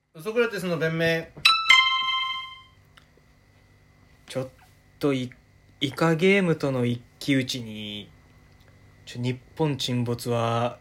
ソクラテスの弁明。 ちょっとイカゲームとの一騎打ちに日本沈没は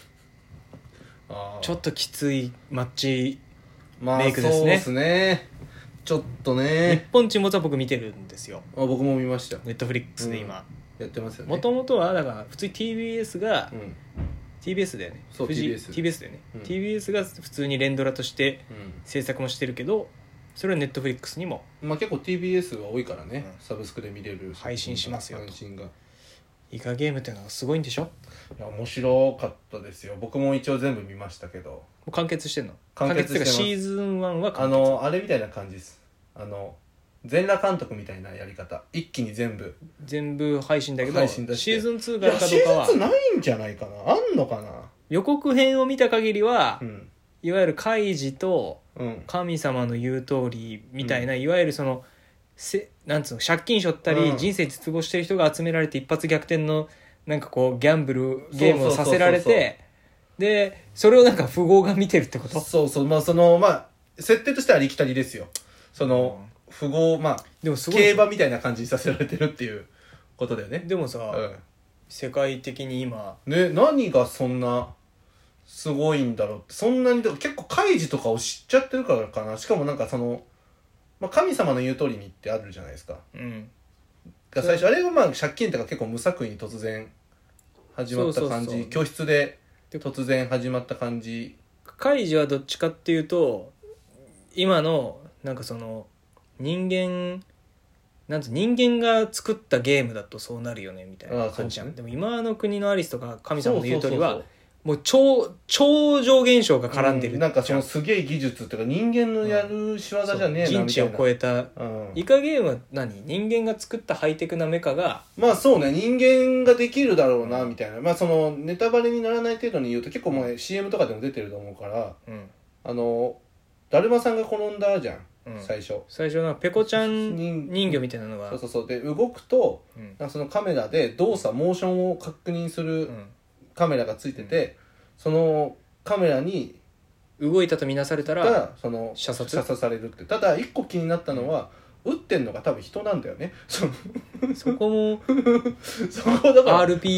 ちょっときついマッチメイクですね。 そうですね。ちょっと日ね。 本沈没は僕見てるんですよ。 僕も見ました。 ネットフリックスで今、 やってますよね。 もともとはだから普通に TBS が、TBS だよね。 そう TBS だよね、TBS が普通に連ドラとして制作もしてるけど、それはネットフリックスにも結構 TBS は多いからね、サブスクで見れる配信しますよと。 配信がイカゲームっていうのがすごいんでしょ。 いや面白かったですよ。僕も一応全部見ましたけど。 もう完結してんの？ 完結してます。 シーズン1は完結。 あれみたいな感じです。全裸監督みたいなやり方、一気に全部配信だけど、 配信出してシーズン2があるかどうかはシーズン2ないんじゃないかな。あんのかな。 予告編を見た限りは、 うんいわゆるカイジとうん神様の言う通りみたいな、いわゆるそのなんつうの、借金しょったり、人生絶望してる人が集められて一発逆転のなんかこうギャンブルゲームをさせられて、でそれをなんか富豪が見てるってこと。 そうそう。設定としてはありきたりですよ。その富豪、 でもすごい競馬みたいな感じにさせられてるっていうことだよね。 でもさ、世界的に今ね、何がそんなすごいんだろうって。そんなに結構カイジとかを知っちゃってるからかな。しかもなんかその、神様の言う通りにってあるじゃないですか。が最初あれが借金とか結構無作為に突然始まった感じ。教室で突然始まった感じ。 カイジはどっちかっていうと、今のなんかその人間が作ったゲームだとそうなるよねみたいな感じじゃん。でも今の国のアリスとか神様の言う通りはもう超常現象が絡んでる、 なんかそのすげえ技術っていうか人間のやる仕業じゃねえなみたいな、 人知を超えた、イカゲームは人間が作ったハイテクなメカがそうね、人間ができるだろうなみたいな、そのネタバレにならない程度に言うと結構もう CM とかでも出てると思うから、だるまさんが転んだじゃん、最初なんかペコちゃん人形みたいなのがそうで動くと、なんかそのカメラで動作モーションを確認するカメラがついてて、そのカメラに動いたとみなされたらその射殺されるって。ただ一個気になったのは、撃ってんのが多分人なんだよね。 そこもそこだから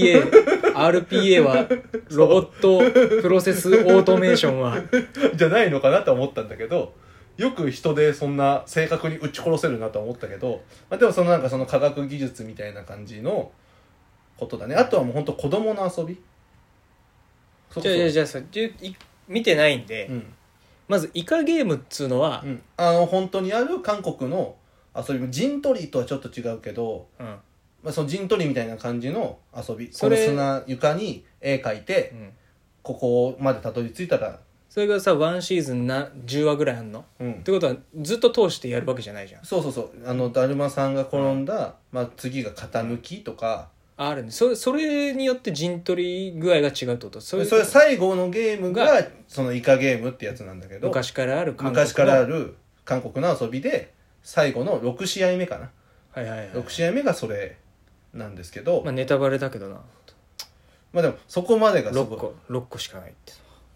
RPA はロボットプロセスオートメーションはじゃないのかなと思ったんだけど、よく人でそんな正確に撃ち殺せるなと思ったけど、でもそのなんかその科学技術みたいな感じのことだね。あとはもう本当子供の遊び。 じゃあ見てないんで、まずイカゲームっつうのは、 本当にある韓国の遊び、陣取りとはちょっと違うけど、その陣取りみたいな感じの遊び。この砂床に絵描いて、ここまでたどり着いたら、 それがさ1シーズン10話ぐらいあんの、ってことはずっと通してやるわけじゃないじゃん。 そうだるまさんが転んだ、次が傾きとか、 あるね。それによって陣取り具合が違うってこと。それ最後のゲームがそのイカゲームってやつなんだけど、 昔からある韓国の遊びで最後の6試合目かな、6試合目がそれなんですけど、 ネタバレだけどな。 でもそこまでがすごい 6個しかないって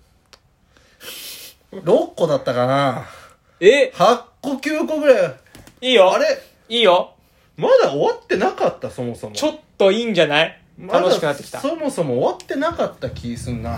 6個だったかな。 8 個9個ぐらい。 いいよ。 あれいいよ。 まだ終わってなかった。そもそもちょっといいんじゃない？楽しくなってきた。 そもそも終わってなかった気すんな。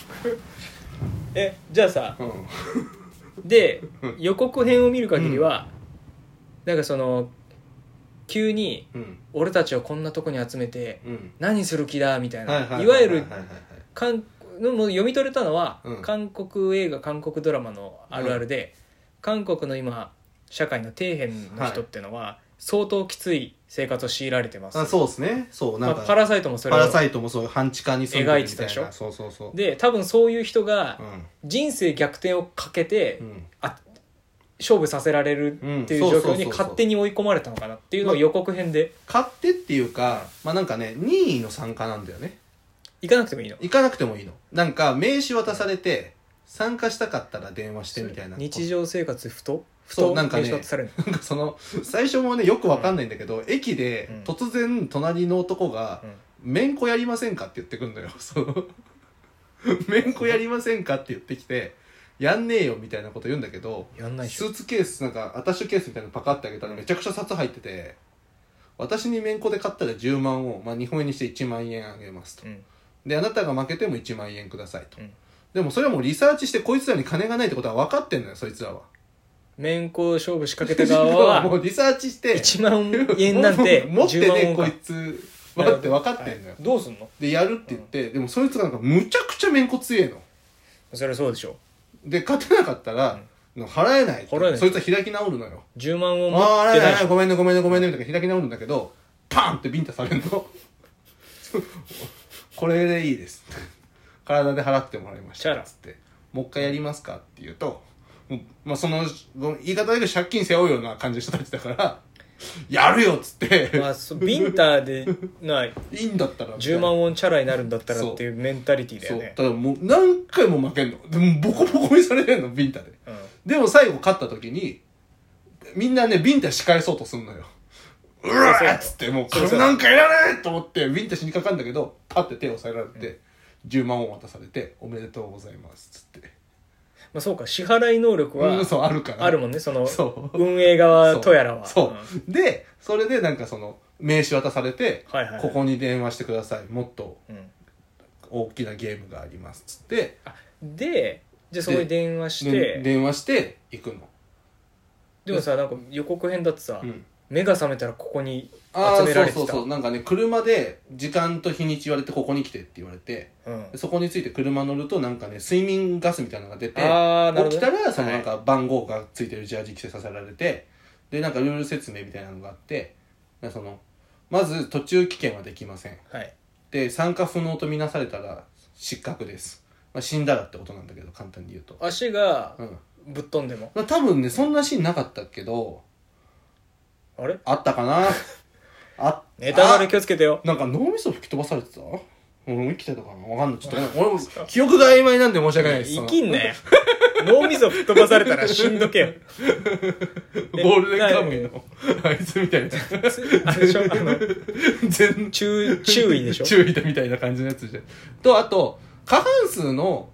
じゃあさ、で予告編を見る限りは、なんかその急に俺たちをこんなとこに集めて何する気だみたいな、いわゆる読み取れたのは、韓国映画韓国ドラマのあるあるで、韓国の今社会の底辺の人ってのは相当きつい生活を強いられてます。 そうですね。そうなんか、 パラサイトもそれをそう半地下に住んでるみたいな描いてたでしょ。 そうで多分そういう人が人生逆転をかけて、勝負させられるっていう状況に勝手に追い込まれたのかなっていうのを予告編で、 勝手っていうか、なんかね、任意の参加なんだよね。 行かなくてもいいの？ 行かなくてもいいの。なんか名刺渡されて参加したかったら電話してみたいな。 日常生活なんかね、なんかその最初もねよくわかんないんだけど、駅で突然隣の男が、めんこやりませんかって言ってくんのよ。めんこやりませんかって言ってきて、 やんねえよみたいなこと言うんだけど、 やんないスーツケースなんかアタッシュケースみたいなのパカってあげたらめちゃくちゃ札入ってて、私にめんこで買ったら10万を、日本円にして1万円あげますと、であなたが負けても1万円くださいと、でもそれはもうリサーチしてこいつらに金がないってことは分かってんのよ、そいつらは。 めんこ勝負仕掛けた側はもうリサーチして 1万円なんて持って 10万ね円かこいつはって分かってんのよ、 どうすんの。 でやるって言って、でもそいつがなんかむちゃくちゃめんこ強えのそれはそうでしょ。 で勝てなかったら、払えないって払えないそいつは開き直るのよ。 10万を持あってないあごめんねごめんねごめんねみたいな開き直るんだけど、パンってビンタされるのこれでいいです体で払ってもらいましたっつって、もう一回やりますかって言うと、その言い方だけど借金背負うような感じの人たちだからやるよっつって、 ビンタでないいいんだったら 10万ウォンチャラになるんだったらっていうメンタリティだよね。 そう、ただもう何回も負けんのでもボコボコにされてんのビンタで、でも最後勝った時にみんなねビンタし返そうとすんのよ。うわーっつってもうこれなんかいらないと思ってビンタしにかかるんだけど、パッて手を押さえられて、10万を渡されておめでとうございますっつって、 そうか、支払い能力はそうあるからあるもんね、そのそう運営側とやらは。 そうでそれでなんかその名刺渡されて、ここに電話してください、もっと大きなゲームがありますっつって、 でじゃあそこに電話して電話して行くの。 でもさ、なんか予告編だってさ、目が覚めたらここに集められてた。 そうなんかね、車で時間と日にち言われてここに来てって言われて、そこについて車乗るとなんかね睡眠ガスみたいなのが出て、起きたらそのなんか番号がついてるジャージ着せさせられて、でなんかルール説明みたいなのがあって、そのまず途中棄権はできません、で参加不能とみなされたら失格です、死んだらってことなんだけど、簡単に言うと足がぶっ飛んでも、 多分ねそんなシーンなかったけど、 あれあったかなネタバレ気をつけてよ。 なんか脳みそ吹き飛ばされてた、俺生きてたかなわかんない、ちょっと俺も記憶が曖昧なんで申し訳ないです。 生きんね脳みそ吹っ飛ばされたら死んどけよゴールデンカムイのあいつみたいなあれでしょ、注意でしょ、 注意だみたいな感じのやつじゃんと、あと過半数の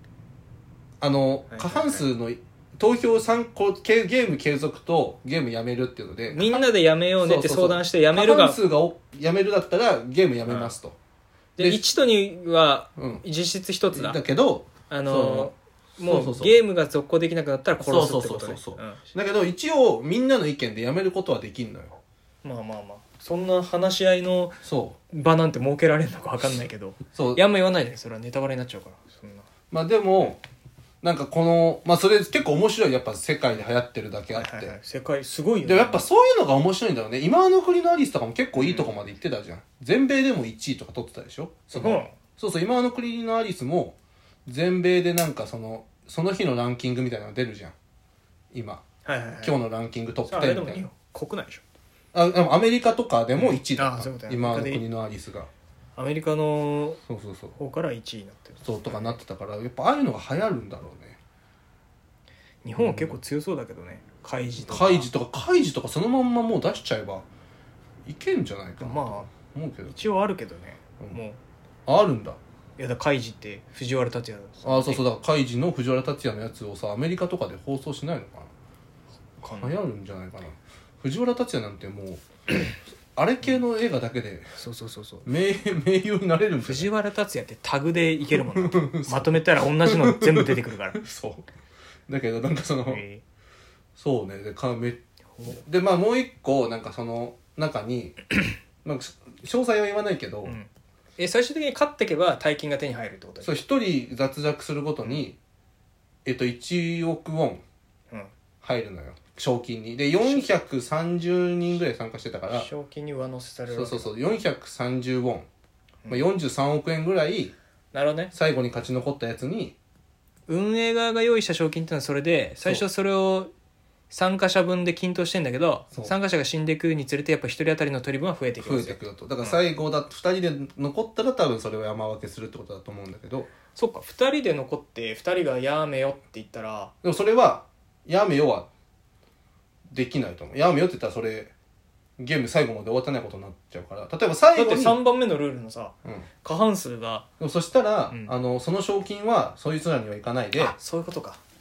過半数の投票参考ゲーム継続とゲームやめるっていうので、 みんなでやめようねって相談してやめるが、 過半数がやめるだったらゲームやめますと、 で1と2は実質1つだ、 だけどもうゲームが続行できなくなったら殺すってことね。 だけど一応みんなの意見でやめることはできんのよ。 そんな話し合いの場なんて設けられるのか分かんないけど、あんま言わないで、それはネタバレになっちゃうから。そんなでもなんかこのそれ結構面白い、やっぱ世界で流行ってるだけあって、 世界すごいよね。 でやっぱそういうのが面白いんだろうね。今の国のアリスとかも結構いいとこまで行ってたじゃん、全米でも1位とか取ってたでしょ。そう今の国のアリスも全米でなんかその日のランキングみたいなの出るじゃん今、今日のランキングトップ10みたいな。 国内でしょ。 アメリカとかでも1位だった、今の国のアリスがアメリカの方から1位になってる、 そうとかなってたから、やっぱああいうのが流行るんだろうね。 日本は結構強そうだけどね、カイジとかそのまんまもう出しちゃえばいけんじゃないかなと思うけど、 一応あるけどね、もうあるんだ。 いやだカイジって藤原竜也そうだからカイジの藤原竜也のやつをさアメリカとかで放送しないのかな、流行るんじゃないかな。藤原竜也なんてもうあれ系の映画だけで名優になれるんだよ。 藤原竜也ってタグでいけるもんなまとめたら同じの全部出てくるからそうだけどなんかそうね、でもう一個なんかその中に詳細は言わないけど、 最終的に勝っていけば大金が手に入るってことそう、1人脱落するごとに1億ウォン入るのよ、賞金に。で430人ぐらい参加してたから賞金に上乗せされる。 そう430ウォン、43億円ぐらい、 なるほどね。 最後に勝ち残ったやつに運営側が用意した賞金ってのはそれで、最初それを参加者分で均等してんだけど、参加者が死んでいくにつれてやっぱ1人当たりの取り分は増えていくんですよ。 とだから最後2人で残ったら多分それを山分けするってことだと思うんだけど、 そっか、2人で残って2人がやめよって言ったら、 でもそれはやめよはできないと思う。やめよって言ったらそれゲーム最後まで終わってないことになっちゃうから、例えば最後にだって3番目のルールのさ、過半数がそしたら、その賞金はそいつらにはいかないで、 そういうことか、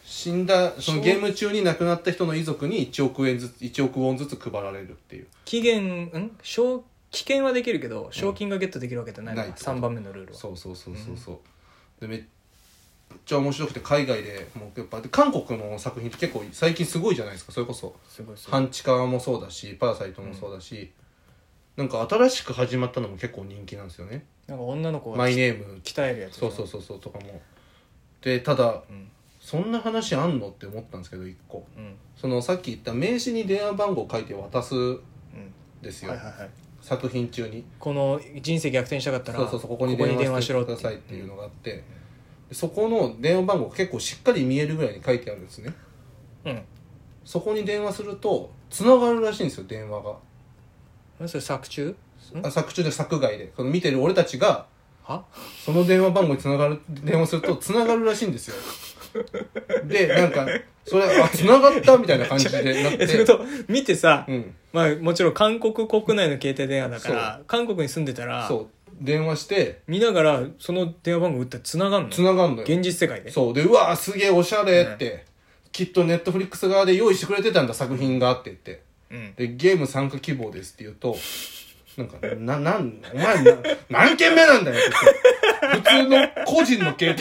死んだそのゲーム中に亡くなった人の遺族に1億ウォンずつ配られるっていう。 期限はできるけど賞金がゲットできるわけじゃないの、3番目のルールは。 そう、でめっちゃ面白くて、海外でもうやっぱ韓国の作品って結構最近すごいじゃないですか。それこそ半地下もそうだし、パラサイトもそうだし、なんか新しく始まったのも結構人気なんですよね。 なんか女の子がマイネーム鍛えるやつ、 そうとかも。でただ、そんな話あんのって思ったんですけど、1個、そのさっき言った名刺に電話番号を書いて渡すですよ、作品中に。 この人生逆転したかったらここに電話してくださいっていうのがあって、そこの電話番号結構しっかり見えるぐらいに書いてあるんですね。そこに電話すると繋がるらしいんですよ、電話が。 それ作中で作外で、その見てる俺たちがはその電話番号に電話すると繋がるらしいんですよ。でなんかそれ繋がったみたいな感じでなってそれと見てさ、まあもちろん韓国国内の携帯電話だから韓国に住んでたら電話して見ながらその電話番号打ったら繋がんのよ、現実世界で。 そうで、うわすげえおしゃれって、きっとネットフリックス側で用意してくれてたんだ作品があって言って、でゲーム参加希望ですって言うと、なんかお前何件目なんだよって普通の個人の携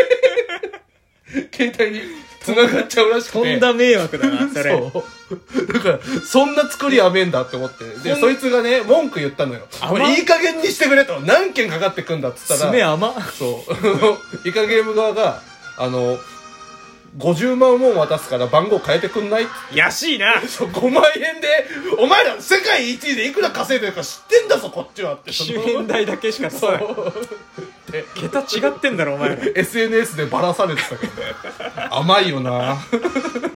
帯に繋がっちゃうらしくて、 とんだ迷惑だなそれ。 そうだからそんな作りやめんだって思って、でそいつがね文句言ったのよ。いい加減にしてくれと、何件かかってくんだっつったら、 爪甘っ。 そうイカゲーム側が50万ウォン渡すから番号変えてくんないって。 安いな。 5万円でお前ら世界一位でいくら稼いでるか知ってんだぞこっちはって。 機種変代だけしかそう。桁違ってんだろお前ら。 SNS でバラされてたけどね。甘いよな。